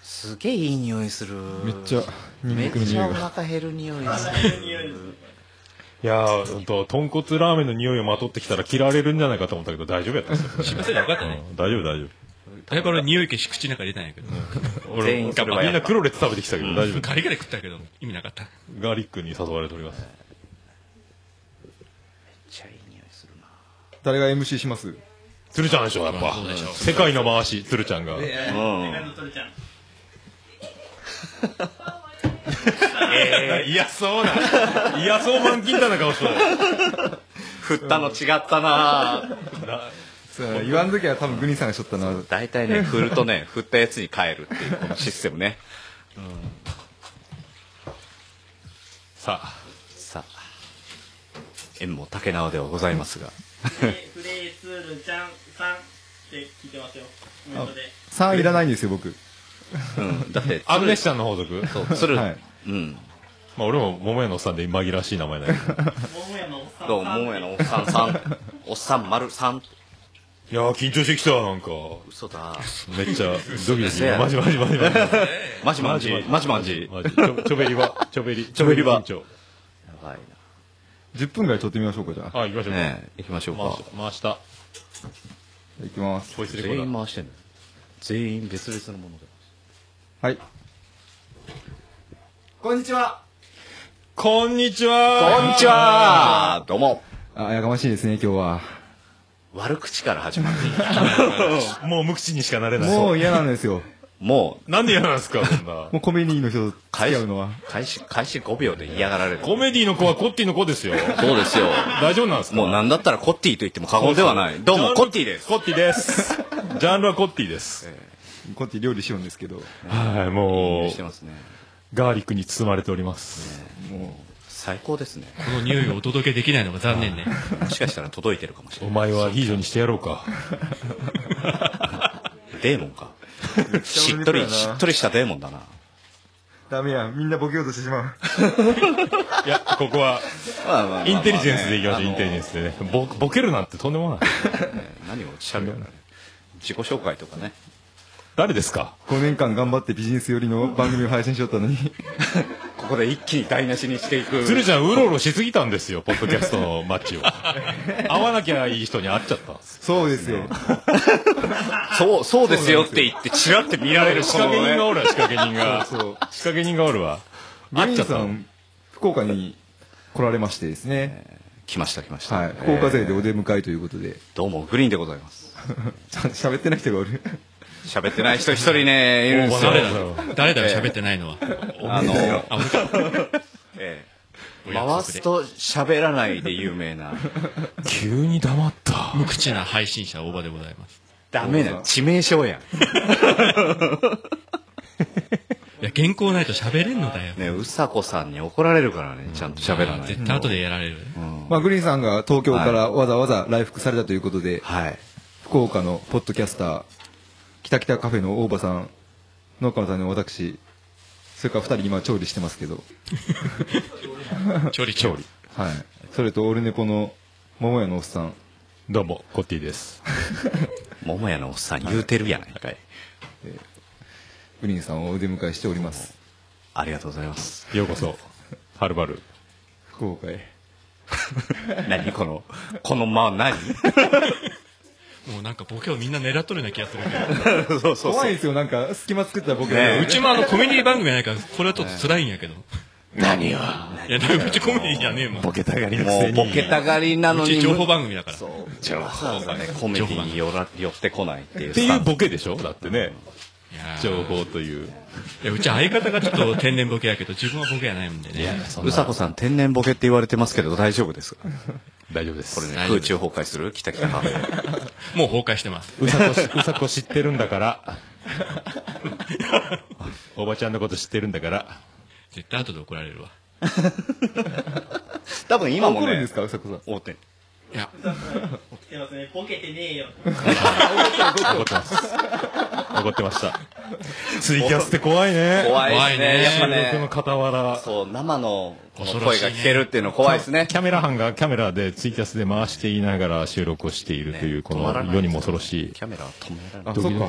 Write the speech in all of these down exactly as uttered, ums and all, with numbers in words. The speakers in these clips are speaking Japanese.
すげえいい匂いする。 めっちゃニンニクの匂いが。 めっちゃお腹減る匂いする。 いやー、ほんと豚骨ラーメンの匂いをまとってきたら嫌われるんじゃないかと思ったけど大丈夫やったんですよ。 しませんよかったね。 大丈夫大丈夫。 だから匂い消し口の中入れたんやけど。 俺全員それはやっぱみんなクロレッツ食べてきたけど大丈夫。 ガリガリ食ったけど意味なかった。 ガーリックに誘われております。 めっちゃいい匂いするな。 誰が エムシー します？ 鶴ちゃんでしょやっぱ。 そうでしょ世界の回し鶴ちゃんが。 うん。 えー、嫌そうな嫌そう満金だな顔してる。 振ったの違ったな。 そう言わんときは多分グニーさんがしとったな。 大体ね、振るとね、振ったやつに帰るっていうこのシステムね。 さあさあ、縁も竹縄ではございますが。 フレーツルちゃんさんって聞いてますよ。コメントで。 さんいらないんですよ僕。 うん、だって、 アグネスちゃんの法則。 そう、鶴、 はい。 うん。 まあ俺も桃屋のおっさんで紛らわしい名前だけど。 桃屋のおっさん。 どうも、桃屋のおっさんさん。おっさん丸さん。 いやー緊張してきたなんか。 嘘だ。 めっちゃドキドキ。 せやマジマジマジマジ。 マジマジ、マジマジ。 マジ。ちょちょべりはちょべりちょべりは緊張。 やばいじゅっぷんぐらい撮ってみましょうかじゃあ。 あ行きましょうな。 か。 ねえ、行きましょうか回し。回した。 いきます。 ボイスレコー全ダー。 員回してんの。全員別々のもので。 はい。こんにちは。 こんにちは。 こんにちは。どうも。 あ、やかましいですね今日は。 悪口から始まる。 もう無口にしかなれない。 もう嫌なんですよ。 もう、 なんで嫌なんですかそんな。 もうコメディの人と付き合うのは。 開始、開始ごびょうで嫌がられる。 コメディの子はコッティの子ですよ。 そうですよ。 大丈夫なんですか。 もうなんだったらコッティと言っても過言ではない。どうも、コッティです。 コッティです。ジャンルはコッティです。 こっち料理しようんですけど。 はい、もしてますね。 うガーリックに包まれております。 もう、最高ですね。 この匂いをお届けできないのが残念ね。 もしかしたら届いてるかもしれおない。 前はヒージョにしてやろうか。 デーモンか。しっとり、しっとりしたデーモンだな。 ダメや、みんなボケようとしてしまう。 いや、ここはまあまあまあまあねインテリジェンスでいきましょう。インテリジェンスでね。ボボケるなんてとんでもない。 ね何をおっしゃるようなね。自己紹介とかね。 誰ですか。 ごねんかん頑張ってビジネス寄りの番組を配信しよったのに。 ここで一気に台無しにしていく。 鶴ちゃんうろうろしすぎたんですよ。ポッドキャストのマッチを。会わなきゃいい人に会っちゃったんです。 そうですよ。 そう、そうですよって言って、チラって見られる仕掛け人がおる。 るわ。仕掛け人が。 そう。 仕掛け人がおるわ。 グリ会っちゃったの。 ーンさん、福岡に来られましてですね。 来ました来ました。 はい。福岡勢でお出迎えということで。 どうも、グリーンでございます。 ちゃんと喋ってない人がおる。 喋ってない人一人ね、いるんですよ。 誰だ誰だよ喋ってないのは。 あの、 あ、俺か。 ええ回すと喋らないで有名な。 急に黙った。 無口な配信者大場でございます。 ダメな、致命傷やん。 いや、原稿ないと喋れんのだよ。 ね、うさこさんに怒られるからね、ちゃんと喋らない。 絶対後でやられる。 まあ、グリーンさんが東京からわざわざ来福されたということで、 はい。 福岡のポッドキャスター、北北カフェの大場さん、農家のさんの私、それからふたり今調理してますけど、 調理調理。 はい。それとオルネポの桃屋のおっさん、 どうも、コッティです。 桃屋のおっさん言うてるやないかい。 グリーンさんをお出迎えしております。 ありがとうございます。 ようこそ、はるばる。 福岡へ。 何この、この間何もうなんかボケをみんな狙っとるような気がするけど。 そうそう怖いですよ、なんか隙間作った僕ねうちもあのコメディ番組やないから、これはちょっと辛いんやけど。 何をいや、だからうちコメディじゃねえもん。 ボケたがりのくもうせに。 ボケたがりなのに。 うち情報番組だから。 そう。わざわざね、コメディに寄ら寄ってこないっていう。 っていうボケでしょだってね。 いやー情報という。 いやうち相方がちょっと天然ボケやけど、自分はボケやないもんでね。 うさこさん天然ボケって言われてますけど大丈夫ですか？ 大丈夫です。 これね、 大丈夫空中崩壊する？来た来たカフェ。 もう崩壊してます。 うさこし、うさこ知ってるんだから。おばちゃんのこと知ってるんだから。 絶対後で怒られるわ。 多分今もね怒るんです、か、うさこさん。 大手。 いや、 来てますね。ボケてねえよ。 怒ってます。怒ってました。ツイキャスって怖いね。 怖いですね。 怖いねやっぱ収録のね、 傍ら。 そう、生のこの恐ろしいね声が聞けるっていうの怖いですね。 キャメラ班がキャメラでツイキャスで回していながら収録をしているという、この世にも恐ろしい。 キャメラは止められあ、 ない。 そっか。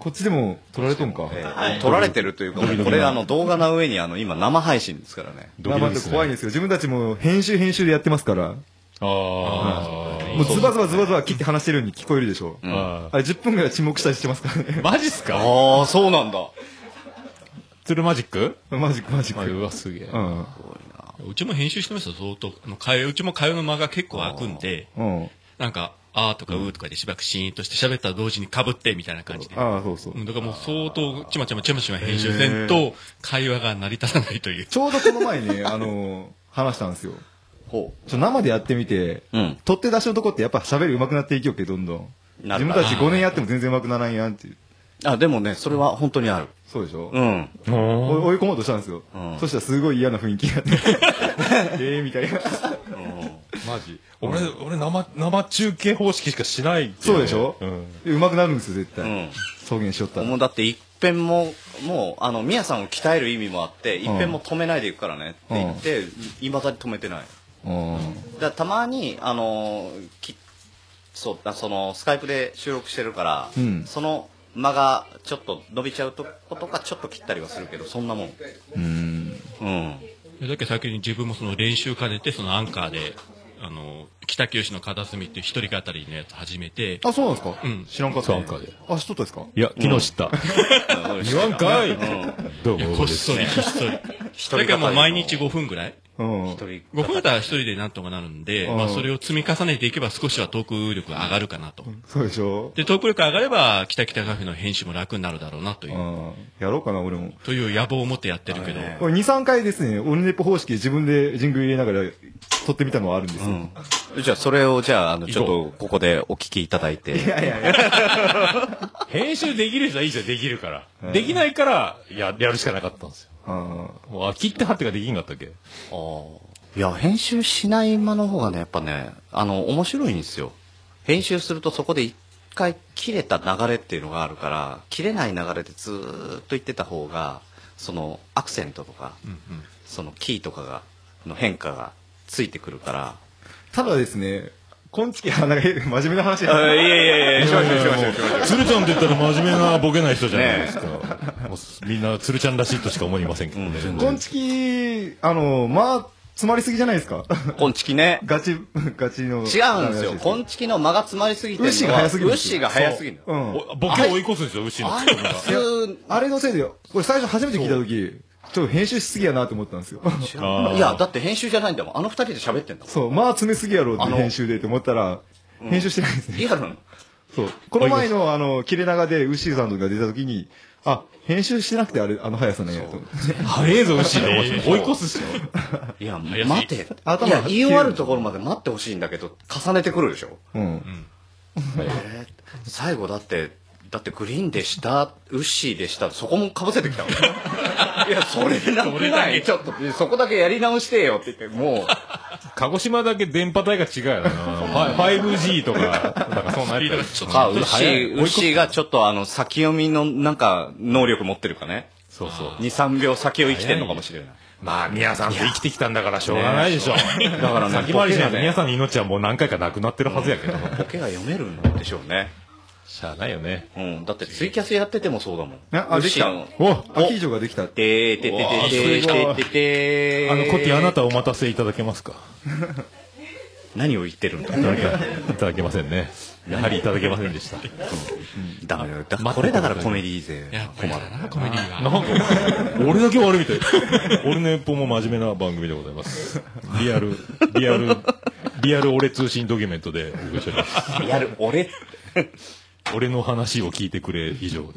こっちでも撮られとんか。 えー撮られてるというか、これあの動画の上にあの今生配信ですからね。 まあまあ怖いんですよ。自分たちも編集編集でやってますから。 ああ。 もうズバズバズバズバ切って話してるように聞こえるでしょ。 うんああれじゅっぷんぐらい沈黙したりしてますからね。 マジっすか？ ああ、そうなんだ。 ツルマジック？ マジックマジッあ、 ク。 うわ、すげえ。 うん。 うちも編集してますよ、相当。あの会話うちも会話の間が結構空くんで、 うん。 なんか、あーとかうーとかでしばらくシーンとして喋ったら同時に被ってみたいな感じで。 ああ、そうそうう。んだからもう相当ちまちまちまちま編集せんと会話が成り立たないという。 ちょうどこの前ね、あの、話したんですよ。 ほちょ生でやってみて、 う。うん。 取って出しのとこってやっぱ喋り上手くなっていきよっけ、どんどん。 なる自分たちごねんやっても全然上手くならんやんっていう。 あ、でもね、それは本当にある。 そうでしょ、 うん。 お追い込もうとしたんですよ。 うんそしたらすごい嫌な雰囲気があって。ええみたいな。 マジ俺、俺生、生中継方式しかしないっていそうでしょうん。 上手くなるんですよ、絶対。 うん。 草原しよったら。 もうだって一遍も、もう、あの、みやさんを鍛える意味もあって、一遍も止めないでいくからねって言って、いまだに止めてない。 うん。 だからたまに、あのーきそうだそのスカイプで収録してるから、 うんその間がちょっと伸びちゃうとことかちょっと切ったりはするけどそんなもん。 うん。 うん。 だけど先に自分もその練習兼ねてそのアンカーで、あの、北九州の片隅っていう一人語りのやつ始めて、 あ、そうなんですかうん知らんかった。 そうアンカーであ、知っとったですかいや、昨日知った。言わんかいどうも、 こっそりひっそり。 一人語りだからもう毎日ごふんぐらいうん。 一人ごふんだったら一人でなんとかなるんで、 うんまあそれを積み重ねていけば少しはトーク力が上がるかなと。 そうでしょで、トーク力上がれば、北北カフェの編集も楽になるだろうなというう、 ん。やろうかな、俺も。 という野望を持ってやってるけど、 これに、さんかいですね、オルネポ方式で自分でジングル入れながら撮ってみたのはあるんですよ。 うん。じゃあそれをじゃああのちょっとここでお聞きいただいて。 いやいやいや。 編集できる人はいいですよ、できるから。できないから、や、やるしかなかったんですよ。 うん。 もう、あ、切って貼ってができんかったっけあーいや編集しない間の方がねやっぱねあの面白いんですよ。編集するとそこで一回切れた流れっていうのがあるから切れない流れでずーっと言ってた方がそのアクセントとか、そのキーとかがの変化がついてくるからただですね、こんちき、あ、なんか真面目な話いやいやいやしましょうしましょうしましょう。 鶴ちゃんって言ったら真面目なボケない人じゃないですか。もうみんな鶴ちゃんらしいとしか思いませんけどね。 こんちき、あの、まあ、詰まりすぎじゃないですか。 こんちきねガチ、ガチの。 違うんですよ。こんちきの間が詰まりすぎてるのは牛が早すぎるんですよ牛が早すぎるの。 うん。 おボケを追い越すんですよ、牛の。 あいつあれのせいでよ。これ最初初めて聞いたとき、ちょっと編集しすぎやなと思ったんですよ。 いやだって編集じゃないんだもん。あの二人で喋ってんだもん。 そう、まあ詰めすぎやろってあの編集でって思ったら、編集してないですね。 リアルなの。 そう。この前のあの、切れ長でウッシーさんとか出たときに、あ、編集してなくてあれ、あの速さなんやと思って。 早えぞ、牛の。追い越すっすよ。 いや、 早すぎ待て。い頭や、言い終わるところまで待ってほしいんだけど、重ねてくるでしょ。 うん。 えー最後だって、だってグリーンでした、ウッシーでした、そこも被せてきたの。いや、それなくないちょっと、そこだけやり直してよって言って、もう、 鹿児島だけ電波帯が違うよな。ファイブジー とか、なんかそんなやつ。 あ、ウッシー、ウッシーがちょっとあの、先読みのなんか、能力持ってるかね。 そうそう。 に、さんびょう先を生きてるのかもしれない。 まあ、宮さんと生きてきたんだからしょうがないでしょ。 だからね、 先回りしないとボケがね宮さんの命はもう何回かなくなってるはずやけど。 ボケが読めるんでしょうね。 しゃあないよね。 うん。だってツイキャスやっててもそうだもん。 あ、あできた。 ウッシーのお、アヒージョができた。 てーてててててててあの、コッティあなたお待たせいただけますか？ 何を言ってるんだいただけ、いただけませんね。やはりいただけませんでした。 ダメだよ。だこれだからコメディー勢。 やっぱりだな、コメディーが。 なんか、俺だけ悪いみたい。俺の一本も真面目な番組でございます。リアル、リアル、リアル俺通信ドキュメントでお送りしております。 やる、俺。 俺の話を聞いてくれ以上で。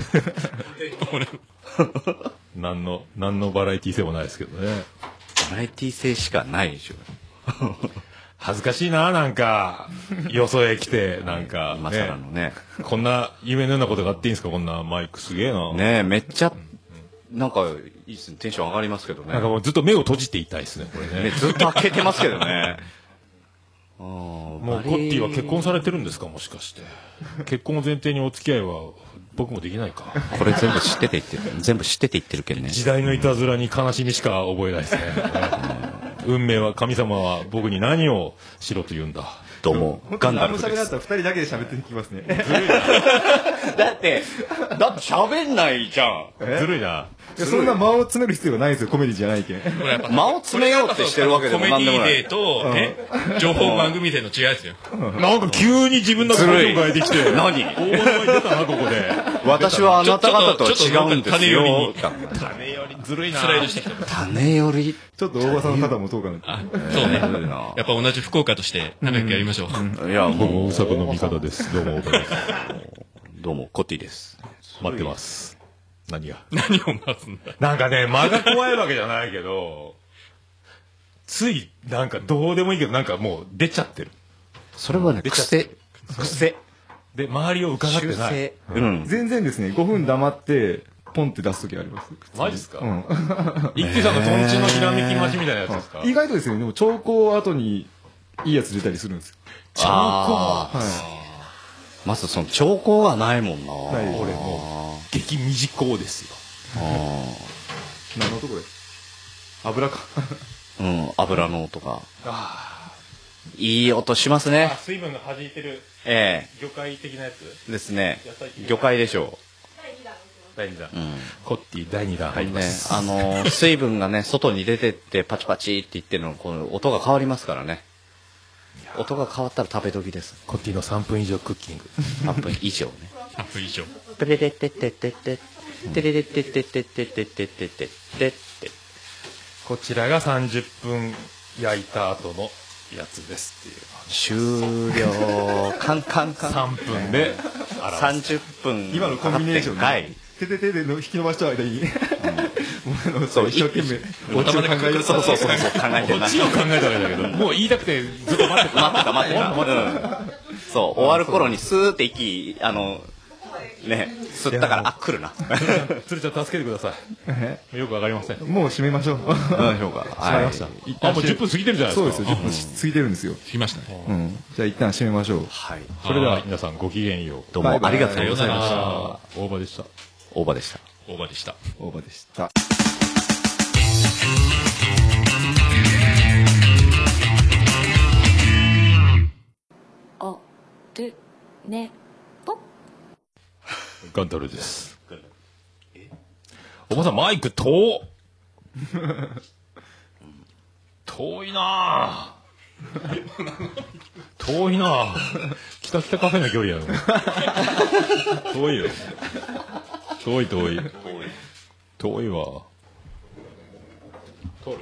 何の、何のバラエティ性もないですけどね。 バラエティ性しかないでしょ。 恥ずかしいな、なんか、よそへ来て、なんか、 今更のね。 こんな夢のようなことがあっていいんですか、こんなマイクすげえな。 ねえ、めっちゃ、なんか、いいっすね。テンション上がりますけどね。 なんかもうずっと目を閉じていたいですね、これね、 ね。 ずっと開けてますけどね。 もうコッティは結婚されてるんですか、もしかして。結婚を前提にお付き合いは僕もできないか。 これ全部知ってて言ってる。全部知ってて言ってるけどね。 時代のいたずらに悲しみしか覚えないですね。運命は、神様は僕に何をしろと言うんだ。 どうも、ガンダルフあの喋りだっです。 たら二人だけで喋ってきますね。 だってだって喋んないじゃん。 ずるいな。 いやそんな間を詰める必要がないですよ、コメディじゃないけん。 間を詰めようってしてるわけでもなんでもない。 コメディデーとね、情報番組での違いですよ。 なんか急に自分のことを変えてきて。 何？ 大物が出たな、ここで。 私はあなた方とは違うんですよ。 種よりずるいな。 スライドしてきた。 種よりちょっと大場さんの肩も遠かな。 あ、そうね。やっぱ同じ福岡として仲良くやりましょう。 いや、 僕もうさこの味方です。どうも、 どうも、コッティです。 待ってます。何が何を待つんだ。 なんかね、間が怖いわけじゃないけど、つい、なんかどうでもいいけど、なんかもう出ちゃってる。 それはね、癖。癖。 で、周りを伺ってない。 うん。 全然ですね、ごふん黙って、ポンって出すときあります。 マジっすか？ うん。 一休さんのトンチのひらめき待ちみたいなやつですか？ 意外とですね、でも兆候後にいいやつ出たりするんですよ。 兆候。 はまずその兆候がないもんな。 い。ない。 俺もう、激短ですよ。 何のとこで油か。 うん、油の音が。 あいい音しますね。 水分が弾いてるえ魚介的なやつえ。ですね。魚介でしょだいにだん。 う。うん。 コッティだいにだん入りまね、 す。 あのー、水分がね、外に出てってパチパチって言ってるの、この音が変わりますからね。音が変わったら食べ時です。 コッティのさんぷん以上クッキング。 さんぷん以上ね。 さんぷん以上。 テレレテテテテテレレテテテテテテテテテ。 こちらがさんじゅっぷん焼いた後のやつですっていう。 終了。カンカンカン。 さんぷんでさんじゅっぷん。 今のコンビネーションはい。 てててでの引き伸ばした間に、そう一生懸命オチを考える。そうそうそうそう考えてこっちを考えたわけだけど、もう言いたくてずっと待ってた。 待ってた待ってた。そう終わる頃にスーって息あのね吸ったからあ来るな。 鶴ちゃん助けてください。よくわかりません。 もう締めましょう。 どうでしょうか。 閉めました。あもうじゅっぷん過ぎてるじゃないですか。 そうですよ、じゅっぷん過ぎてるんですよ。 聞きましたね。 うん。じゃあ一旦締めましょう。 はい。 それでは皆さんごきげんよう。 どうもありがとうございました。 大場でした。 大場でした。 大場でした。 大場でした。 おるねぽガンタルです。おばさんマイク遠遠いなぁ遠いなぁきたきたカフェの距離やろ。遠いよ。遠い遠い遠いわ。取る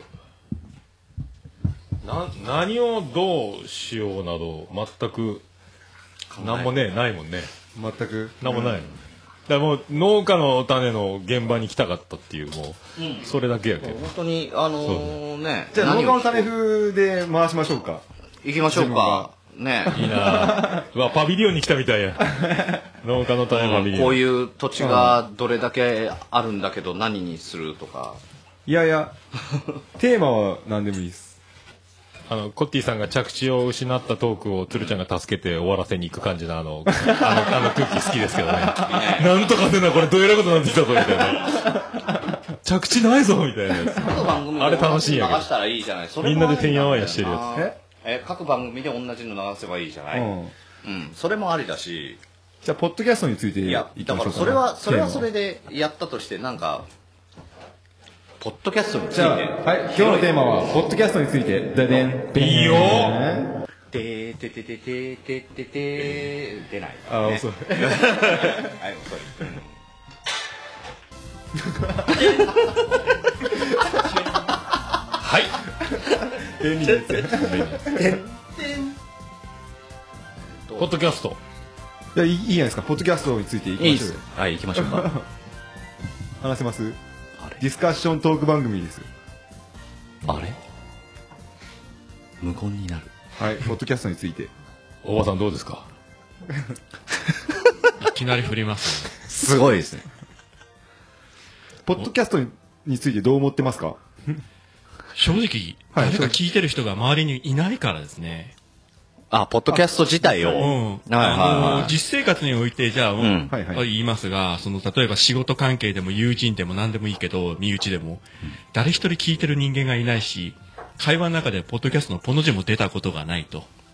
な何をどうしようなど全く何もねないもんね。 全く何もない、うん、だからもう農家の種の現場に来たかったっていうもう、うん、それだけやけど本当にあのー、ねじゃあ農家の種風で回しましょうか。 行きましょうかね。 いいなうわパビリオンに来たみたいや。農家の種パビリオン、 こういう土地がどれだけあるんだけど何にするとか。 いやいやテーマは何でもいいです。 あのコッティさんが着地を失ったトークを鶴ちゃんが助けて終わらせに行く感じのあのあのあの空気好きですけどね。なんとかせなこれどうやらことになってきたぞみたいな。着地ないぞみたいなやつ。あれ楽しいんやけど。 流したらいいじゃない。 みんなでてんやわんやしてるやつ。 ええ各番組で同じの流せばいいじゃない。うん、うん、それもありだし。 じゃあポッドキャストについていやだからそれはそれはそれでやったとしてなんかポッドキャストについて。 じゃあはい今日のテーマはポッドキャストについてででん。 いいよてててててててて出ない。 あ遅い。 はい遅い。 はい。 便利ですよ。 ポッドキャスト。 いやいいいいじゃないですか。ポッドキャストについていきましょうよ。 はい行きましょうか。 話せます？ あれディスカッショントーク番組ですよ。 あれ無言になる。 はいポッドキャストについて。 大場さんどうですか？ いきなり振りますね。 すごいですね。 ポッドキャストについてどう思ってますか？ 正直、 はい誰か聞いてる人が周りにいないからですね。 あ、ポッドキャスト自体を。 うん。 はいはいあの、 はい。 実生活において、じゃあ、 うんはいはい言いますが、その、例えば仕事関係でも友人でも何でもいいけど、身内でも、誰一人聞いてる人間がいないし、会話の中でポッドキャストのポの字も出たことがないと。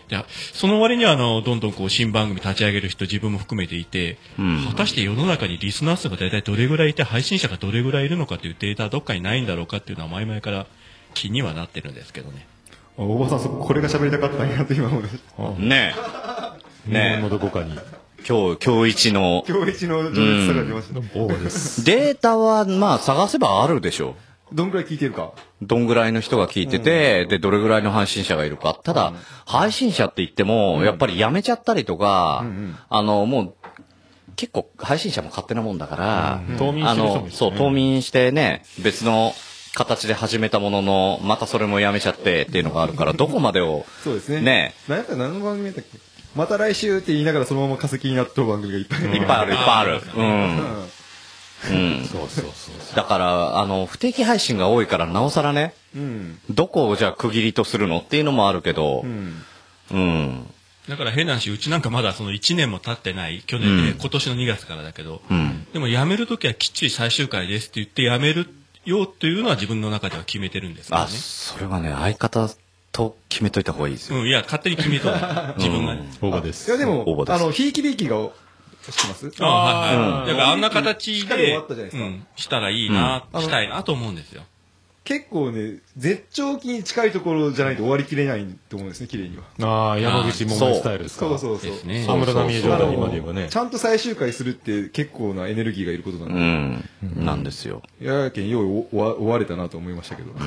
でその割にはあのどんどんこう新番組立ち上げる人自分も含めていて、うん、果たして世の中にリスナー数が大体どれぐらいいて配信者がどれぐらいいるのかというデータはどっかにないんだろうかっていうのは前々から気にはなってるんですけどね。 大場さんそここれが喋りたかったんやと今思いました。 ねえねえ日本のどこかに今日今日一の今日一の情熱さが出ました、 うん、です。 データはまあ探せばあるでしょう。 どんぐらい聞いてるか、 どんぐらいの人が聞いてて、うん、でどれぐらいの配信者がいるか。ただ、うん、配信者って言っても、うん、やっぱり辞めちゃったりとか、うんうん、あのもう結構配信者も勝手なもんだから、 うん、冬眠してる人もいるね。 そう冬眠してね別の形で始めたもののまたそれもやめちゃってっていうのがあるからどこまでをそうですね。 ね何やった何の番組だっけ。また来週って言いながらそのまま化石になった番組がいっぱい、 いっぱいあるいっぱいある。うん。うん、 そうそうそうだからあの不定期配信が多いからなおさらね、うん、どこをじゃあ区切りとするのっていうのもあるけど、うんうん、 だから変な話うちなんかまだそのいちねんも経ってない去年で、うん、今年のにがつからだけど、うん、でも辞めるときはきっちり最終回ですって言って辞めるよっていうのは自分の中では決めてるんですけどね。 あそれはね相方と決めといた方がいいですよ、 うん、いや勝手に決めとる自分がね、 うん、オーバーです。 いやでもあのひいきびいきが知ってます？ ああ、はいはい。だからあんな形で、うん、したらいいな、うん、したいなと思うんですよ。 結構ね、絶頂期に近いところじゃないと終わりきれないと思うんですね、綺麗には。 ああ、山口百恵スタイルですか。 そうそうそう。 ですね。 安室奈美恵状態今で言えばね。 ちゃんと最終回するって結構なエネルギーがいることなんで。うん。 うん、なんですよ。 いやけん、よう終われたなと思いましたけど。うん、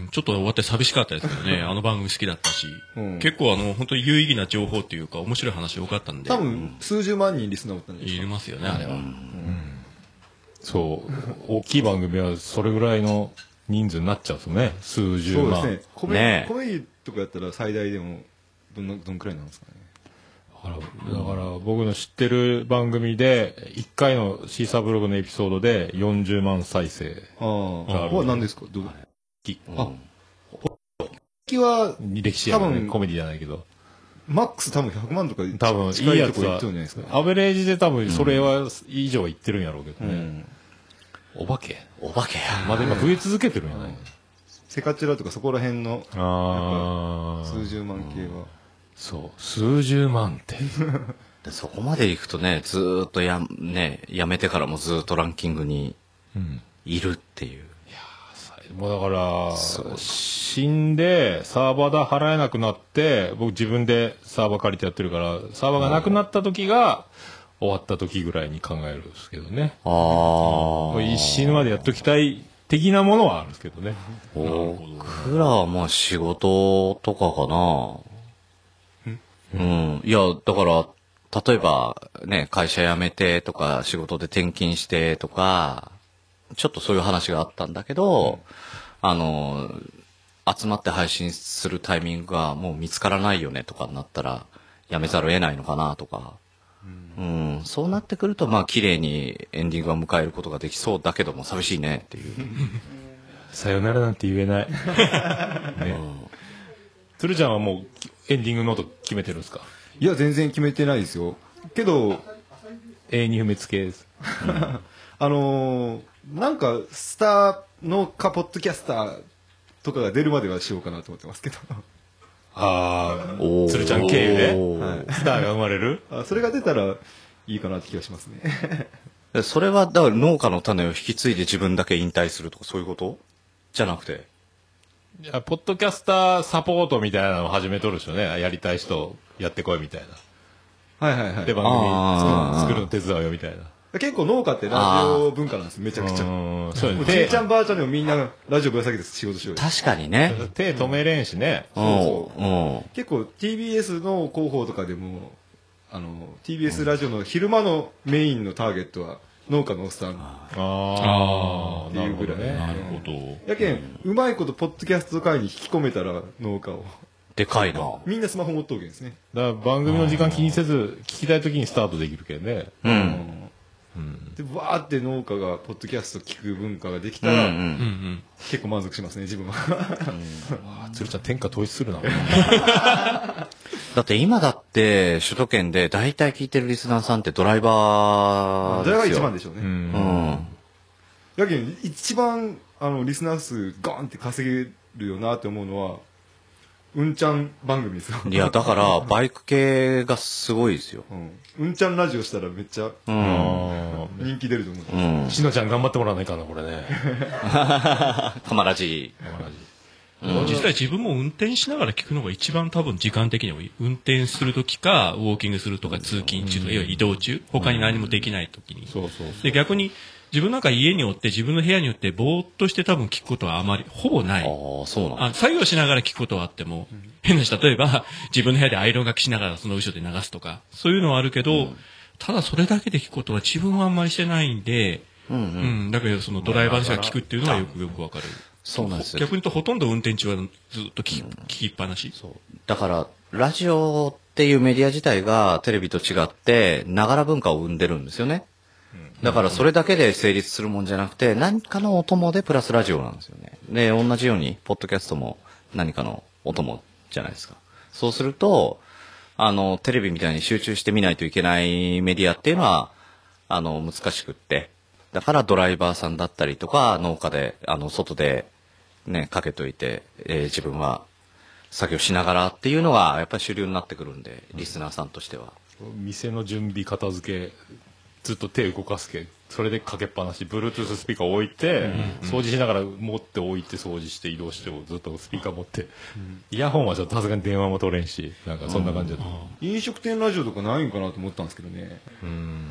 ちょっと終わって寂しかったですけどね、あの番組好きだったし、うん、結構あの、本当に有意義な情報っていうか、面白い話多かったんで。 多分、数十万人リスナーおったんですか。 いますよね、あれは。うんうん、そう。大きい番組はそれぐらいの、人数になっちゃうんですね。数十万。 そうですね。コメ、ね、コメディとかやったら最大でもどんなどんくらいなんですかね。 だから、だから僕の知ってる番組でいっかいのシーサーブログのエピソードでよんじゅうまん再生がある。 ああ、何ですか。どう？ あ、 きは歴史やねコメディじゃないけど。 マックス多分ひゃくまんとか多分いいやつはアベレージで多分それは以上はいってるんやろうけどね。うんお化けお化けやまだ今増え続けてるんやない、うん、 セカチュラとかそこら辺のあ数十万系はそう数十万ってでそこまでいくとねずーっとや,、ね、やめてからもずーっとランキングにいるっていう、うん、いやもうだから死んでサーバー代払えなくなって僕自分でサーバー借りてやってるからサーバーがなくなった時が、うん終わった時ぐらいに考えるんですけどね。 ああ。 死ぬまでやっときたい的なものはあるんですけどね。 僕らはまあ仕事とかかな。うん。いや、だから、例えばね、会社辞めてとか、仕事で転勤してとか、ちょっとそういう話があったんだけど、うん、あの、集まって配信するタイミングがもう見つからないよねとかになったら、辞めざるを得ないのかなとか。うん、そうなってくるとまあ綺麗にエンディングは迎えることができそうだけども寂しいねっていうさよならなんて言えない、ね、鶴ちゃんはもうエンディングノート決めてるんですか？ いや全然決めてないですよけど永遠に不滅系です、 うん、あのー、なんかスターのかポッドキャスターとかが出るまではしようかなと思ってますけどああ、鶴ちゃん経由で、はい、スターが生まれるあそれが出たらいいかなって気がしますねそれはだから農家の種を引き継いで自分だけ引退するとかそういうことじゃなくていやポッドキャスターサポートみたいなのを始めとるでしょうねやりたい人やってこいみたいなはいはいはいで番組作るの手伝うよみたいな結構農家ってラジオ文化なんですめちゃくちゃそうねじいちゃんばあちゃんでもみんなラジオぶら下げて仕事しようよ確かにね手止めれんしね、 うん、そうそう結構 ティービーエス の広報とかでもあの ティービーエス ラジオの昼間のメインのターゲットは農家のおっさんあっていうぐらいなるほどやけんうまいことポッドキャスト界に引き込めたら農家をでかいなみんなスマホ持っとるけんですねだから番組の時間気にせず聞きたい時にスタートできるけんねうん、うんうん、でわーって農家がポッドキャスト聞く文化ができたら、うんうん、結構満足しますね自分は、 うん、鶴ちゃん天下統一するなだって今だって首都圏で大体聞いてるリスナーさんってドライバーですよドライバー一番でしょうね、うんうん、 やけん一番あのリスナー数ガーンって稼げるよなって思うのはうんちゃん番組ですよ。 いや、だから、バイク系がすごいですよ。 うん。うんちゃんラジオしたらめっちゃうん。 人気出ると思う。 うん。 しのちゃん頑張ってもらわないかな、これね。 たまらじ。 実際自分も運転しながら聞くのが一番多分時間的にもいい。運転するときか、ウォーキングするとか通勤中とか、いわゆる移動中、他に何もできないときに。 そうそう。 で、逆に、自分なんか家におって自分の部屋によってぼーっとして多分聞くことはあまり、ほぼない。 ああ、そうなんあ作業しながら聞くことはあっても、うん、変なし、例えば自分の部屋でアイロンがけしながらその後ろで流すとか、そういうのはあるけど、うん、ただそれだけで聞くことは自分はあんまりしてないんで、うんうんうん、だけどそのドライバーの人が聞くっていうのはよくよくわかる。 そうなんですよ。 逆に言うとほとんど運転中はずっと聞き、うん、聞きっぱなし。 そう。だから、ラジオっていうメディア自体がテレビと違って、ながら文化を生んでるんですよね。だからそれだけで成立するもんじゃなくて、何かのお供でプラスラジオなんですよね。で、同じように、ポッドキャストも何かのお供じゃないですか。そうすると、あの、テレビみたいに集中して見ないといけないメディアっていうのは、あの、難しくって。だからドライバーさんだったりとか、農家で、あの、外で、ね、かけといて、えー、自分は作業しながらっていうのが、やっぱり主流になってくるんで、リスナーさんとしては。 店の準備片付け、ずっと手動かすけそれでかけっぱなし Bluetooth スピーカー置いて、うんうん、掃除しながら持って置いて掃除して移動してずっとスピーカー持って、うん、イヤホンはちょっとさすがに電話も取れんしなんかそんな感じだと、 うん、飲食店ラジオとかないんかなと思ったんですけどね。 うん、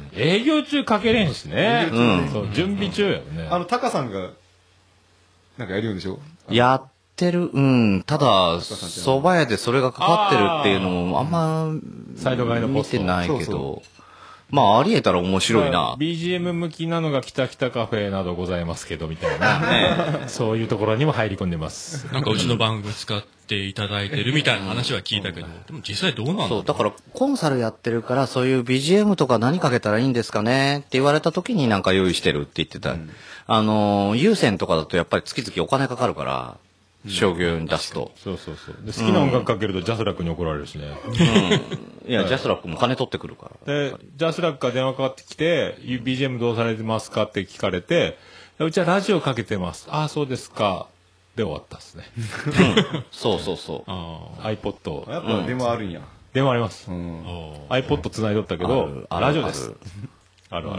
営業中かけれんしね、うん、そう準備中やよね。 あのタカさんがなんかやるんでしょ。 やってる、うん、ただ蕎麦屋でそれがかかってるっていうのもあんまサイド側のポスト見てないけど、そうそうまあ、ありえたら面白いな。 ビージーエム 向きなのがキタキタカフェなどございますけど、みたいな。ね、そういうところにも入り込んでます。 なんかうちの番組使っていただいてるみたいな話は聞いたけど、でも実際どうなんだろう。そう、 だからコンサルやってるから、そういう ビージーエム とか何かけたらいいんですかねって言われた時になんか用意してるって言ってた。うん、あの、有線とかだとやっぱり月々お金かかるから、商業に出すと、 うん、そうそうそうで好きな音楽かけるとジャスラックに怒られるしね、 うん、いやジャスラックも金取ってくるからでジャスラックから電話かかってきて ビージーエム どうされてますかって聞かれてうちはラジオかけてますああそうですかで終わったっすね、 うん、そうそうそうあ iPod やっぱ電話あるんや、うん、 電話あります、うん、iPod 繋いどったけどラジオですあるある、うん、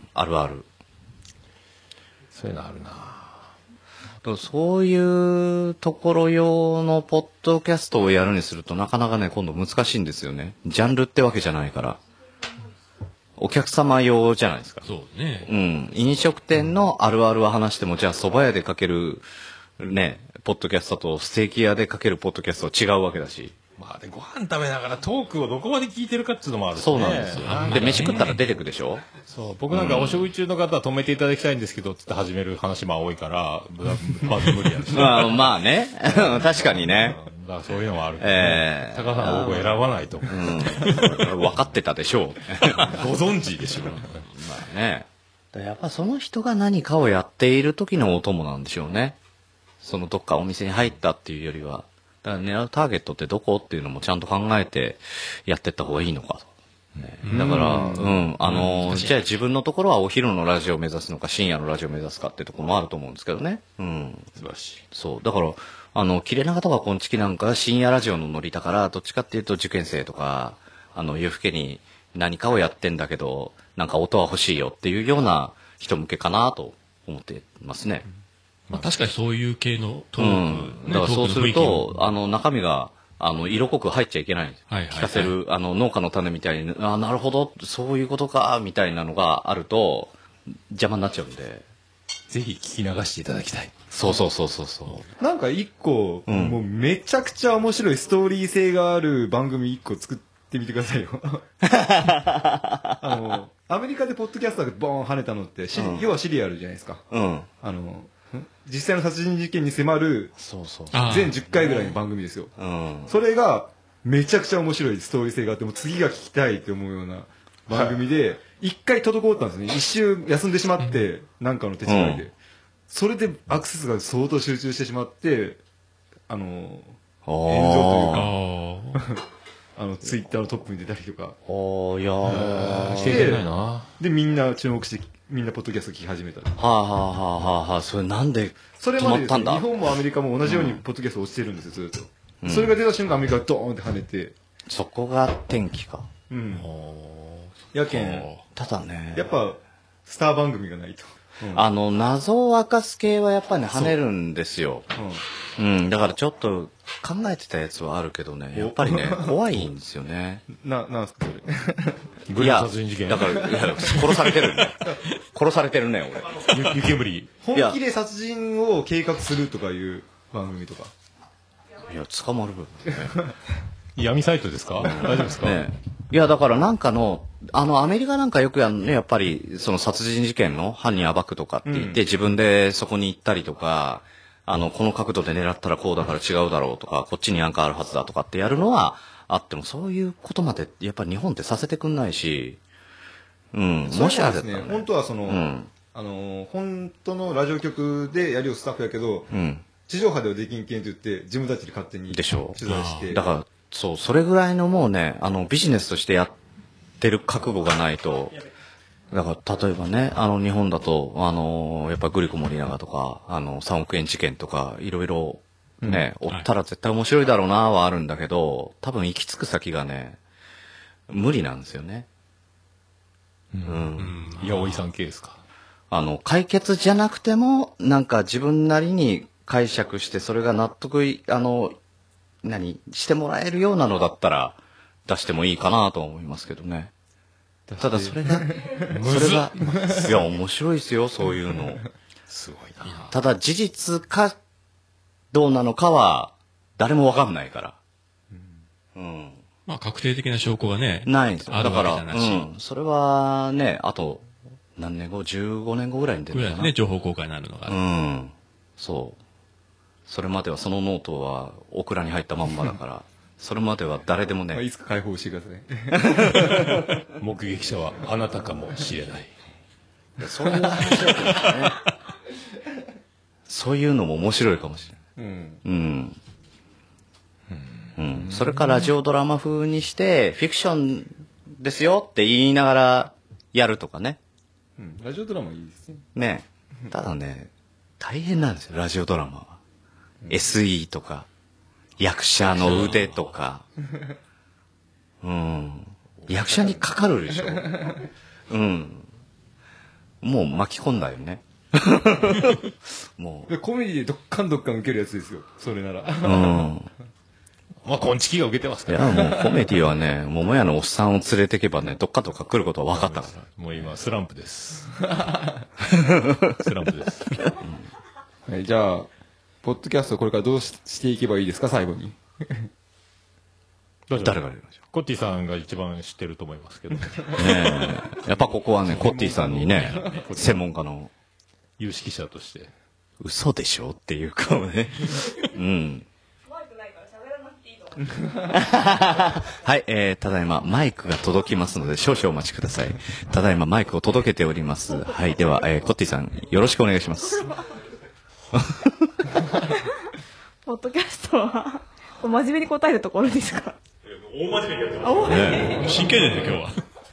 あるあるそういうのあるなそういうところ用のポッドキャストをやるにするとなかなかね今度難しいんですよね。ジャンルってわけじゃないからお客様用じゃないですか。 そうね。 うん。飲食店のあるあるは話してもじゃあ蕎麦屋でかけるねポッドキャストとステーキ屋でかけるポッドキャストは違うわけだし。 まあでご飯食べながらトークをどこまで聞いてるかっていうのもあるしね。 そうなんですよ。で飯食ったら出てくでしょ。 そう僕なんかお食事中の方は止めていただきたいんですけどつって始める話も多いからまず無理やし、ねまあ、まあね確かにね。 だからそういうのもあるけど、ね、えー、高さん僕選ばないと、うん、 分かってたでしょうご存知でしょうまあねやっぱその人が何かをやっている時のお供なんでしょうね。そのどっかお店に入ったっていうよりはだから狙うターゲットってどこっていうのもちゃんと考えてやっていった方がいいのかと、ね、だからうんあのじゃあ自分のところはお昼のラジオを目指すのか深夜のラジオを目指すかっていうところもあると思うんですけどね。うん素晴らしい。 そうだからあの切れ長とかこんちきなんかは深夜ラジオのノリだからどっちかっていうと受験生とかあの夜更けに何かをやってんだけどなんか音は欲しいよっていうような人向けかなと思ってますね。 まあ、確かにそういう系のトーク、 うん、だからそうするとあの中身があの色濃く入っちゃいけない、はいはいはい、聞かせるあの農家の種みたいにあなるほどそういうことかみたいなのがあると邪魔になっちゃうんでぜひ聞き流していただきたい。 そうそうそうそうそうなんか一個、うん、もうめちゃくちゃ面白いストーリー性がある番組一個作ってみてくださいよあのアメリカでポッドキャスターがボーン跳ねたのって、うん、要はシリアルじゃないですか、うん、あの実際の殺人事件に迫る全じゅっかいぐらいの番組ですよ、うん、それがめちゃくちゃ面白いストーリー性があっても次が聞きたいって思うような番組で一回滞ったんですね。一周休んでしまって何かの手違いで、うん、それでアクセスが相当集中してしまってあの炎上というかあのツイッターのトップに出たりとかいやしてでみんな注目してみんなポッドキャスト聞き始めた。 はあはあはあはあそれなんでそれまでですね日本もアメリカも同じようにポッドキャスト落ちてるんですよずっと。 それが出た瞬間アメリカがドーンって跳ねて、 そこが天気か。 うん。やけん、 ただね。 やっぱ、スター番組がないと。 うん、あの、謎を明かす系はやっぱりね、跳ねるんですよ。う、うん。うん。だからちょっと考えてたやつはあるけどね、やっぱりね、怖いんですよね。 な、なんすかそれ。 グレー殺人事件。 だから、いや、殺されてるね。殺されてるね、 俺。湯煙。 本気で殺人を計画するとかいう番組とか。 いや、捕まる分、ね。 闇サイトですか？大丈夫ですか？ ね。いや、だからなんかの、あの、アメリカなんかよくやるね、やっぱり、その殺人事件の犯人暴くとかって言って、うん、自分でそこに行ったりとか、あの、この角度で狙ったらこうだから違うだろうとか、こっちになんかあるはずだとかってやるのはあっても、そういうことまで、やっぱり日本ってさせてくんないし、うん、もしあれだったら、ね、 本当はその、うん、あの、本当のラジオ局でやるよスタッフやけど、うん、地上波ではできんけんって言って、自分たちで勝手に取材して。 だから、そう、それぐらいのもうね、あの、ビジネスとしてやってる覚悟がないと、だから、例えばね、あの、日本だと、あの、やっぱグリコ森永とか、あの、さんおくえん事件とか、いろいろ、ね、うん、追ったら絶対面白いだろうなはあるんだけど、多分行き着く先がね、無理なんですよね。 うん。うん。八百井さん系ですか。 あの、解決じゃなくても、なんか自分なりに解釈して、それが納得い、あの、何してもらえるようなのだったら出してもいいかなと思いますけどね。ただそれがそれがいや面白いですよ、そういうの。 すごいな。 ただ事実かどうなのかは誰もわかんないから。 うん。うん、まあ確定的な証拠がねないんですよ。だから、うん、それはね、あと何年後、じゅうごねんごぐらいに出るかな。 ぐらいね、情報公開になるのが。 うん。そう。それまではそのノートはオクラに入ったまんまだから、それまでは誰でもね。まあ、 いつか解放してください。 目撃者はあなたかもしれない。 そういう話だけどね。そういうのも面白いかもしれない。うん。うん。うん。それからラジオドラマ風にして、フィクションですよって言いながらやるとかね。 うん。ラジオドラマいいですね。 ね。ただね、大変なんですよ、ラジオドラマは。エスイー とか、役者の腕とか、うん。役者にかかるでしょ。うん。もう巻き込んだよね。 もう。コメディでどっかんどっかん受けるやつですよ、それなら。うん。まあ、こんちきが受けてますから。 いや、もうコメディはね、桃屋のおっさんを連れてけばね、どっかどっか来ることは分かったから。 もう今、スランプです。スランプです。 はい、じゃあ、ポッドキャストこれからどうしていけばいいですか、最後に。 誰がやりましょう。 コッティさんが一番知ってると思いますけど。ねえ。やっぱここはね、コッティさんにね、専門家の。 有識者として。 嘘でしょっていう顔ね。うん。 マイクないから喋らなくていいと思う。 はい、えー、ただいまマイクが届きますので少々お待ちください。ただいまマイクを届けております。はい、では、えー、コッティさん、よろしくお願いします。 ポッドキャストは真面目に答えるところですか？ 大真面目にやってますね。真剣ですよ今日は。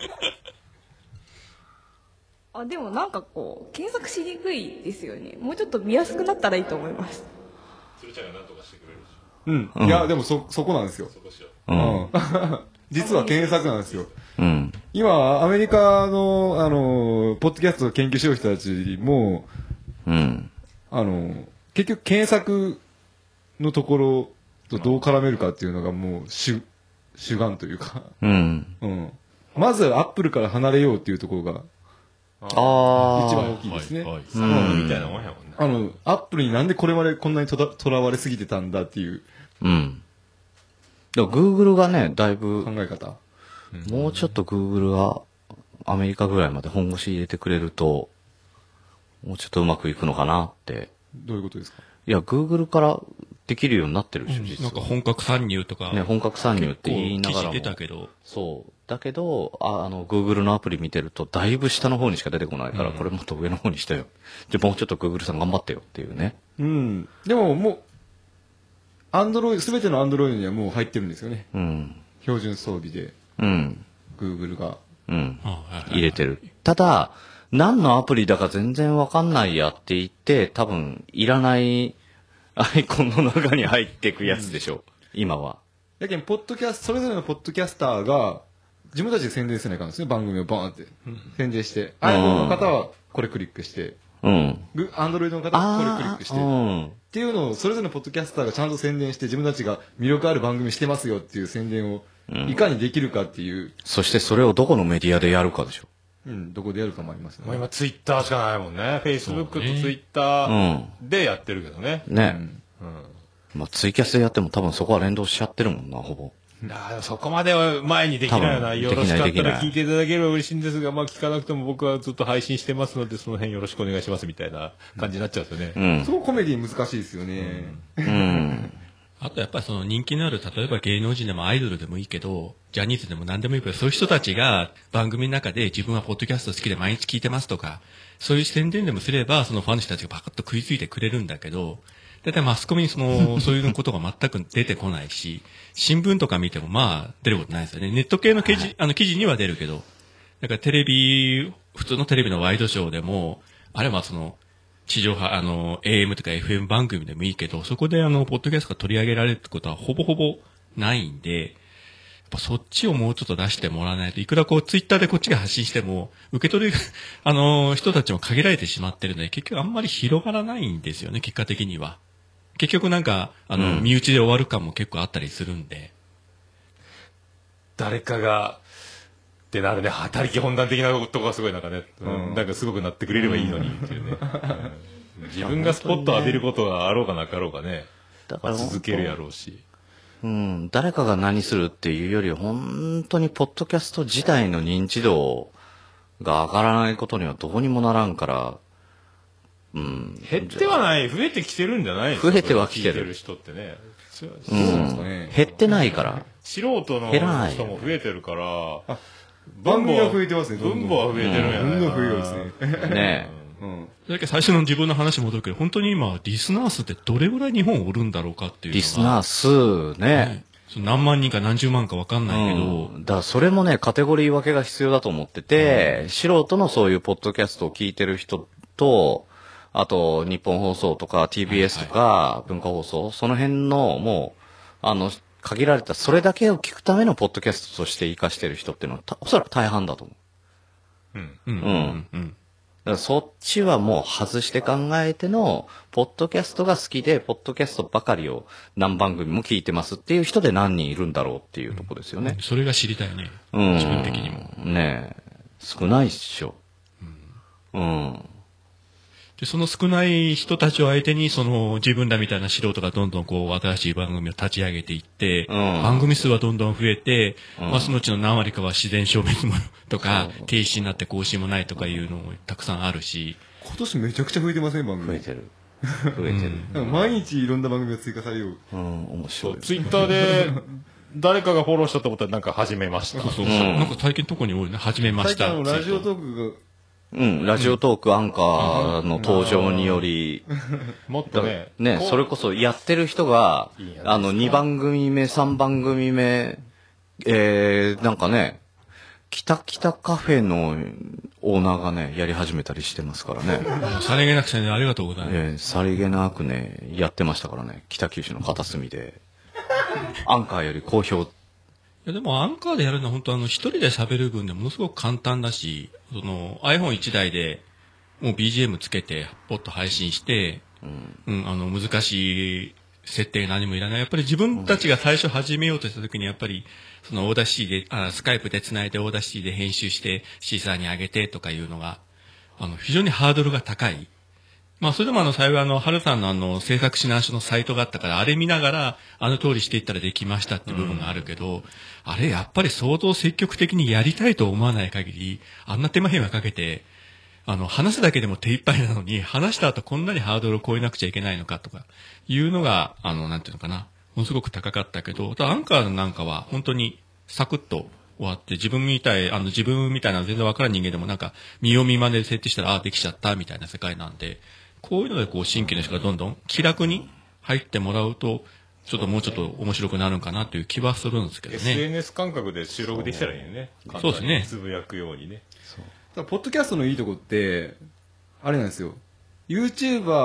あ、でもなんかこう検索しにくいですよね。もうちょっと見やすくなったらいいと思います。 鶴ちゃんが何とかしてくれるでしょ。うん。いやでもそそこなんですよ。そこしよう。うん。実は検索なんですよ。うん。今アメリカのあのポッドキャストを研究してる人たちも、うん。あの結局検索のところとどう絡めるかっていうのがもう主主眼というか、うん、うん、まずアップルから離れようっていうところがあ一番大きいですね。 サロンみたいなもんやもんね。 あのアップルになんでこれまでこんなにととらわれすぎてたんだっていう。うん。 でも Google がねだいぶ考え方。 もうちょっと Google がアメリカぐらいまで本腰入れてくれるともうちょっとうまくいくのかなって。 どういうことですか？ いや Google からできるようになってるでしょ、実は。 なんか本格参入とか。 ね、本格参入って言いながらも。 記事出たけど。 そう。だけど、あ、あの、Google のアプリ見てると、だいぶ下の方にしか出てこないから、うん、これもっと上の方にしてよ。じゃもうちょっと Google さん頑張ってよっていうね。 うん。でももう、Android、すべての Android にはもう入ってるんですよね。うん。標準装備で。うん。Google が。うん。 入れてる。ただ、何のアプリだか全然わかんないやって言って、多分、いらない、アイコンの中に入っていくやつでしょ。 今は。 やけん、ポッドキャスト、それぞれのポッドキャスターが、自分たちで宣伝せないかんですね、番組をバーンって。宣伝して。iPhone の方はこれクリックして、 うん。 Android の方はこれクリックして。っていうのを、それぞれのポッドキャスターがちゃんと宣伝して、自分たちが魅力ある番組してますよっていう宣伝を、いかにできるかっていう、うん。 そしてそれをどこのメディアでやるかでしょ。 うん、どこでやるかもありますね。 まあ今ツイッターしかないもんね。Facebook とツイッターでやってるけどね。 ね。うん。まあツイキャスでやっても多分そこは連動しちゃってるもんな、ほぼ。 あそこまでは前にできないような、よろしかったら聞いていただければ嬉しいんですが、まあ聞かなくても僕はずっと配信してますので、その辺よろしくお願いしますみたいな感じになっちゃうんですよね。 うん。そこコメディ難しいですよね。 うん。うんあとやっぱりその人気のある、例えば芸能人でもアイドルでもいいけど、ジャニーズでも何でもいいけど、そういう人たちが番組の中で自分はポッドキャスト好きで毎日聞いてますとか、そういう宣伝でもすれば、そのファンの人たちがパカッと食いついてくれるんだけど、だいたいマスコミにその、そういうことが全く出てこないし、新聞とか見てもまあ出ることないですよね。ネット系の記事、あの記事には出るけど、だからテレビ、普通のテレビのワイドショーでも、あれはその、地上波、あの、エーエム とか エフエム 番組でもいいけど、そこであの、ポッドキャストが取り上げられるってことはほぼほぼないんで、やっぱそっちをもうちょっと出してもらわないといくらこう、ツイッターでこっちが発信しても、受け取る、あの、人たちも限られてしまってるので、結局あんまり広がらないんですよね、結果的には。結局なんか、あの、うん、身内で終わる感も結構あったりするんで。 誰かが、ってなるね、他力本願的なとこがすごいなんかね、うん、なんかすごくなってくれればいいのにっていうね。うん、自分がスポットを浴びることがあろうがなかろうがね、だから続けるやろうし。 うん、誰かが何するっていうより、本当にポッドキャスト自体の認知度が上がらないことにはどうにもならんから、うん、 減ってはない、増えてきてるんじゃないですか。増えてはきてる。 聞いてる人ってね。 そうですかね。減ってないから。 素人の人も増えてるから、 番組は増えてますね。 分母は増えてるんやね。 どんどん増えるんですね。 ねえ。うん。だけど最初の自分の話戻るけど、本当に今、リスナー数ってどれぐらい日本おるんだろうかっていうのが。 リスナー数ね。ね何万人か何十万か分かんないけど、 うん、だからそれもねカテゴリー分けが必要だと思ってて、うん、素人のそういうポッドキャストを聞いてる人と、あと日本放送とか ティービーエス とか文化放送、はいはい、その辺のもうあの限られたそれだけを聞くためのポッドキャストとして活かしてる人っていうのはおそらく大半だと思う。うんうんうんうん。だからそっちはもう外して考えての、ポッドキャストが好きで、ポッドキャストばかりを何番組も聞いてますっていう人で何人いるんだろうっていうところですよね。 うん、それが知りたいね。 うん。 自分的にも。 ねえ。少ないっしょ。うん。うんで、その少ない人たちを相手に、その自分らみたいな素人がどんどんこう新しい番組を立ち上げていって、うん、番組数はどんどん増えて、うん、まあそのうちの何割かは自然消滅もとか、停止になって更新もないとかいうのもたくさんあるし。 今年めちゃくちゃ増えてません、番組。 増えてる。増えてる。 うん、毎日いろんな番組が追加される。 うん、面白い。 ツイッターで、誰かがフォローしたと思ったらなんか始めました。 そうそうそう。うん、なんか最近特に多いね。始めました。 最近ラジオトークが、 うん、ラジオトークアンカーの登場により、 うん、もっとね、 ね、それこそやってる人が、いいあの、にばん組目、さんばん組目、えー、なんかね、北北カフェのオーナーがね、やり始めたりしてますからね。 さりげなくてね、ありがとうございます。 えー、さりげなくね、やってましたからね、北九州の片隅で。アンカーより好評。 いやでもアンカーでやるのは本当あの一人で喋る分でものすごく簡単だし、その アイフォンいち 台でもう ビージーエム つけてポッと配信して、うん、うん、あの難しい設定何もいらない。やっぱり自分たちが最初始めようとした時にやっぱりそのオーダーシーで、あ、スカイプで繋いでオーダーシーで編集してシーサーに上げてとかいうのが、あの非常にハードルが高い。まあそれでもあの幸いあの春さんのあの制作指南書のサイトがあったからあれ見ながらあの通りしていったらできましたっていう部分があるけど、うん、あれやっぱり相当積極的にやりたいと思わない限りあんな手間暇かけてあの話すだけでも手一杯なのに話した後こんなにハードルを超えなくちゃいけないのかとかいうのがあのなんていうのかなものすごく高かったけど、アンカーなんかは本当にサクッと終わって自分みたいあの自分みたいな全然わからん人間でもなんか見読みまで設定したらあできちゃったみたいな世界なんで。こういうのでこう新規の人がどんどん気楽に入ってもらうとちょっともうちょっと面白くなるんかなという気はするんですけどね。 エスエヌエス 感覚で収録できたらいいよね。 そうですね。 つぶやくようにね。 そう。ポッドキャストのいいとこってあれなんですよ。YouTuber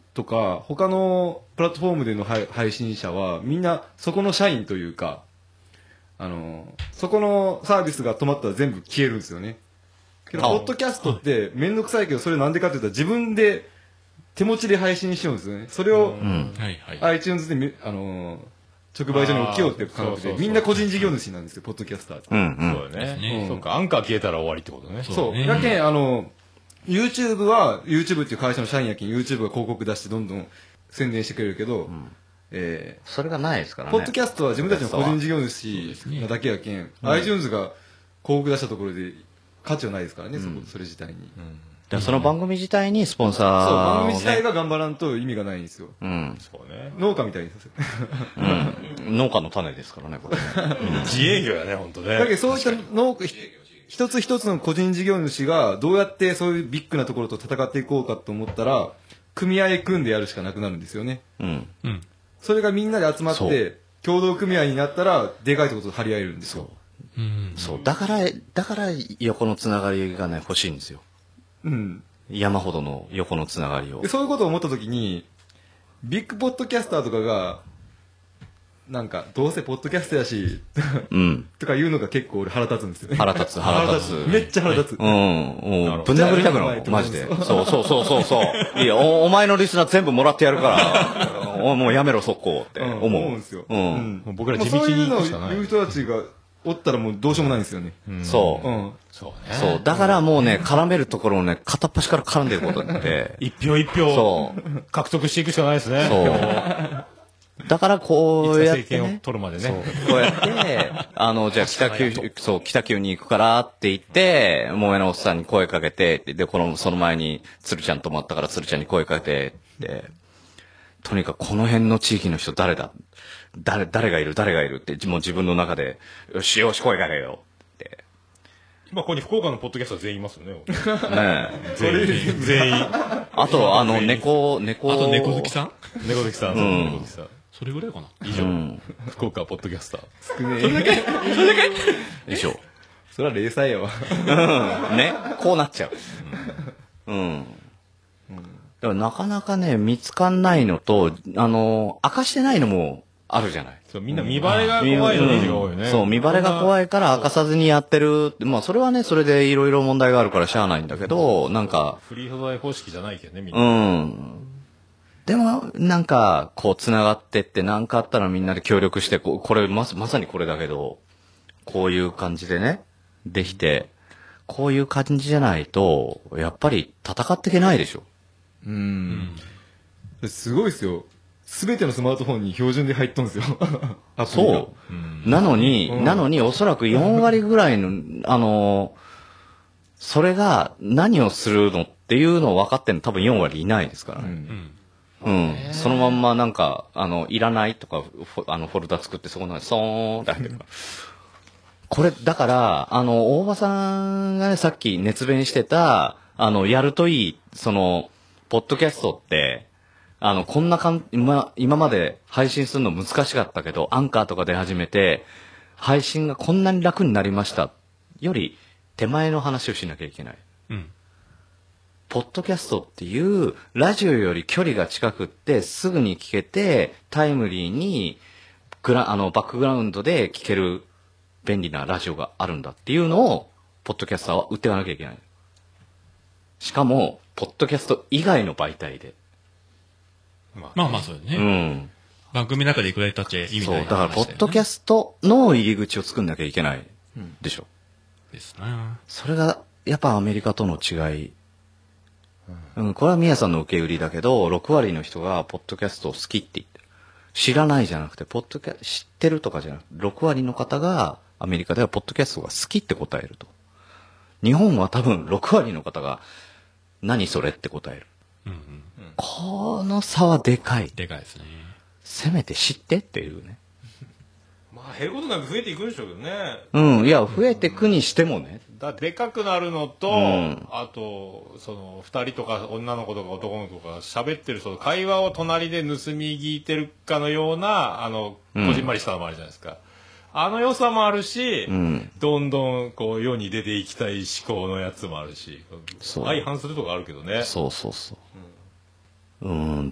とか他のプラットフォームでの配配信者はみんなそこの社員というか、あのそこのサービスが止まったら全部消えるんですよね。けどポッドキャストって面倒くさいけど、それなんでかって言ったら自分で手持ちで配信しようんですよね。それを、 うんはいはい。 iTunes でみ、あのー直売所に置きようっていう感覚で、 あーそうそうそうみんな個人事業主なんですよ、ポッドキャスターって。 うんうんそうだね。 ねそうか、アンカー消えたら終わりってことね。 そう。 ねやけん、あの、YouTube は、YouTube っていう会社の社員やけん、YouTube が広告出してどんどん宣伝してくれるけど、えそれがないですかー、 らね。 ポッドキャストは自分たちの個人事業主なだけやけん、iTunes が広告出したところで価値はないですからね、そこ、それ自体に。 だからその番組自体にスポンサーそう、 を、ね、 番組自体が頑張らんと意味がないんですよ。 うん、 そうね。 農家みたいにさせる。 うん、農家の種ですからね、これね。 自営業やね、本当ね。 だけどそういった農家、一つ一つの個人事業主がどうやってそういうビッグなところと戦っていこうかと思ったら、組合組んでやるしかなくなるんですよね。 うん。 うん。 それがみんなで集まっそうて、共同組合になったら、でかいところと張り合えるんですよ。 うん。 そう。だから、だから横のつながりがね、欲しいんですよ。 うん。 山ほどの横のつながりをで。そういうことを思ったときに、ビッグポッドキャスターとかが、なんか、どうせポッドキャストやし、 うん。 とか言うのが結構俺腹立つんですよね。 腹立つ、腹立つ。 めっちゃ腹立つ。 うん。もう、ぶん殴りたくなる、マジで。 じゃあそうそうそうそうそう。いや、お、お前のリスナー全部もらってやるから、おもうやめろ、速攻ってうん思う。 思うんですよ。 うん。 もう僕ら地道に行くしかないもうそういうのを言う人たちがおったらもうどうしようもないんですよね。 そうう。 ん。 そうね。 そう。だからもうね、絡めるところをね、片っ端から絡んでることって。 一票一票そう。 獲得していくしかないですね。 そう。だからこうやって、 いつか政権をね、 取るまでね。 こうやって、あの、じゃあ北九、そう、北九に行くからって言って、萌えのおっさんに声かけて、で、この、その前に、鶴ちゃん泊まったから鶴ちゃんに声かけて、で、とにかくこの辺の地域の人誰だ誰、誰がいる誰がいるって、もう自分の中で、よしよし声かけよって。 今ここに福岡のポッドキャストは全員いますよね。 ねえ。 全員。全員。 あと、あの、猫、猫。 あと猫好きさん猫好きさん、 うん猫好きさん。 それぐらいかな。 以上、 うん。 福岡ポッドキャスター。 少ねえ。 以上。 それは零細やわ。 うん。ね。こうなっちゃう。うん。だからなかなかね、見つかんないのと、あの、明かしてないのもあるじゃない。 そう、みんな見栄えが怖いイメージが多いよね。 そう、見バレが怖い。 いから明かさずにやってる。まあ、それはね、それでいろいろ問題があるからしゃあないんだけど、なんか、 フリー素材方式じゃないけどね、みんうな。 ん。でも、なんか、こう、繋がってって、なんかあったらみんなで協力して、こうこれ、まさ、まさにこれだけど、こういう感じでね、できて、こういう感じじゃないと、やっぱり戦っていけないでしょ。 うん。すごいですよ。すべてのスマートフォンに標準で入っとんですよ。アプリがそう。なのに、 うんなのにおそらくよん割ぐらいの、あの、それが何をするのっていうのを分かってるの多分よん割いないですからね。 うん。 うん。そのまんまなんか、あの、いらないとか、フォあの、フォルダ作ってそこのそーんって入ってるから。これ、だから、あの、大場さんがね、さっき熱弁してた、あの、やるといい、その、ポッドキャストって、あの、こんなかん、今、今まで配信するの難しかったけど、アンカーとかで始めて、配信がこんなに楽になりました。より、手前の話をしなきゃいけない。 うん。 ポッドキャストっていう、ラジオより距離が近くって、すぐに聞けて、タイムリーに、グラ、あの、バックグラウンドで聞ける便利なラジオがあるんだっていうのを、ポッドキャスターは売っていかなきゃいけない。しかも、ポッドキャスト以外の媒体で。 ままあまあそうだうね。 ん。 番組の中でいくらいたっちゃ意味そう。 ないだから、ポ話だよねッドキャストの入り口を作んなきゃいけない。でしょ。 ですな。 それが、やっぱアメリカとの違い。うん、これは宮さんの受け売りだけど、ろく割の人がポッドキャストを好きって言ってる。知らないじゃなくて、ポッドキャ、知ってるとかじゃなくて、ろく割の方が、アメリカではポッドキャストが好きって答えると。日本は多分ろく割の方が、何それって答える。 うんうん。 この差はでかい。 でかいですね。 せめて知ってっていうね。 まあ、減ることなく増えていくんでしょうけどね。 うん、いや、増えてくにしてもね。 だでかくなるのと、 うんあと、その、二人とか女の子とか男の子が喋ってる、その会話を隣で盗み聞いてるかのような、あの、 うんこじんまりしたのもあるじゃないですか。あの良さもあるし、 うん。 どんどん、こう、世に出ていきたい思考のやつもあるし、 そう相反するとこあるけどね。 そうそうそう。うん、 、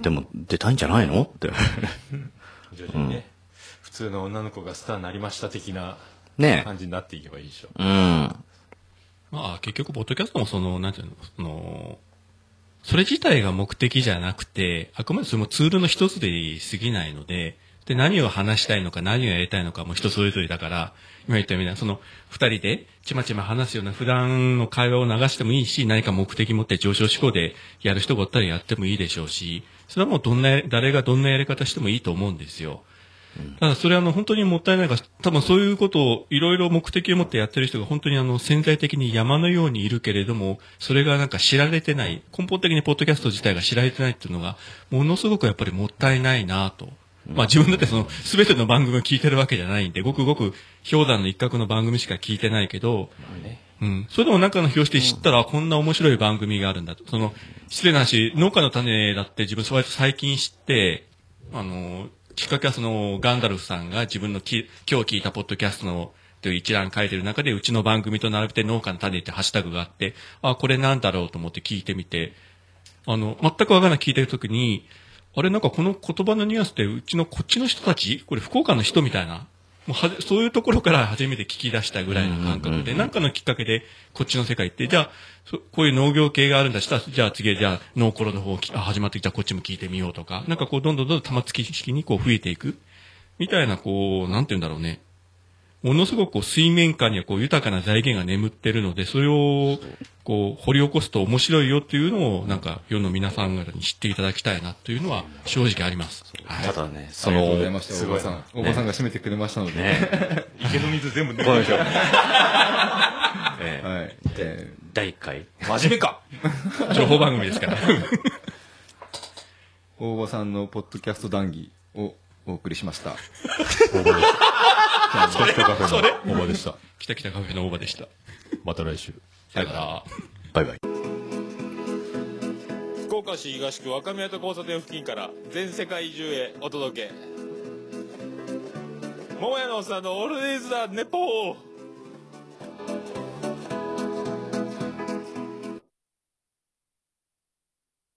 でも出たいんじゃないのって徐々にね、うん、普通の女の子がスターになりました的な感じになっていけばいいでしょ。 うん。 まあ結局ポッドキャストもそのなんていうの、そのそれ自体が目的じゃなくて、あくまでそれもツールの一つで過ぎないので、で何を話したいのか何をやりたいのかも人それぞれだから、今言ったようにその二人でちまちま話すような普段の会話を流してもいいし、何か目的持って上昇志向でやる人がおったらやってもいいでしょうし、それはもうどんな誰がどんなやり方してもいいと思うんですよ。ただそれはあの本当にもったいないから、多分そういうことをいろいろ目的を持ってやってる人が本当にあの潜在的に山のようにいるけれども、それがなんか知られてない、根本的にポッドキャスト自体が知られてないっていうのがものすごくやっぱりもったいないなと。まあ自分だってその全ての番組を聞いてるわけじゃないんで、ごくごく氷山の一角の番組しか聞いてないけど、うん、それでもなんかの表紙で知ったらこんな面白い番組があるんだと。その失礼な話、農家の種だって自分割と最近知って、あのきっかけはそのガンダルフさんが自分のき今日聞いたポッドキャストのという一覧書いてる中で、うちの番組と並べて農家の種ってハッシュタグがあって、あ、これなんだろうと思って聞いてみて、あの全くわからない聞いてるときに、あれなんかこの言葉のニュアンスってうちのこっちの人たち、これ福岡の人みたいな、もうはそういうところから初めて聞き出したぐらいの感覚で、なんかのきっかけでこっちの世界行って、じゃあそこういう農業系があるんだしたら、じゃあ次じゃあ農コロの方始まってきたこっちも聞いてみようとか、なんかこうどんどんどんどん玉突き式にこう増えていくみたいな、こうなんて言うんだろうね。ものすごくこう水面下にはこう豊かな財源が眠ってるので、それをこう掘り起こすと面白いよっていうのをなんか世の皆さん方に知っていただきたいなというのは正直あります。 はい、ただね、 そのありがとうございました。大場さん、大場さんが締めてくれましたので、 ね、池の水全部抜きましょう。 えー、はい。えー、だいいっかい真面目か。 情報番組ですから。 大場さんのポッドキャスト談義をお送りしました。 大場でした。それそれ大場でした。 きたきたカフェの大場でした。 また来週。 さよなら。 バイバイ。 福岡市東区若宮と交差点付近から全世界中へお届け。桃屋のおっさんのオールディーズ・ザ・ネポー。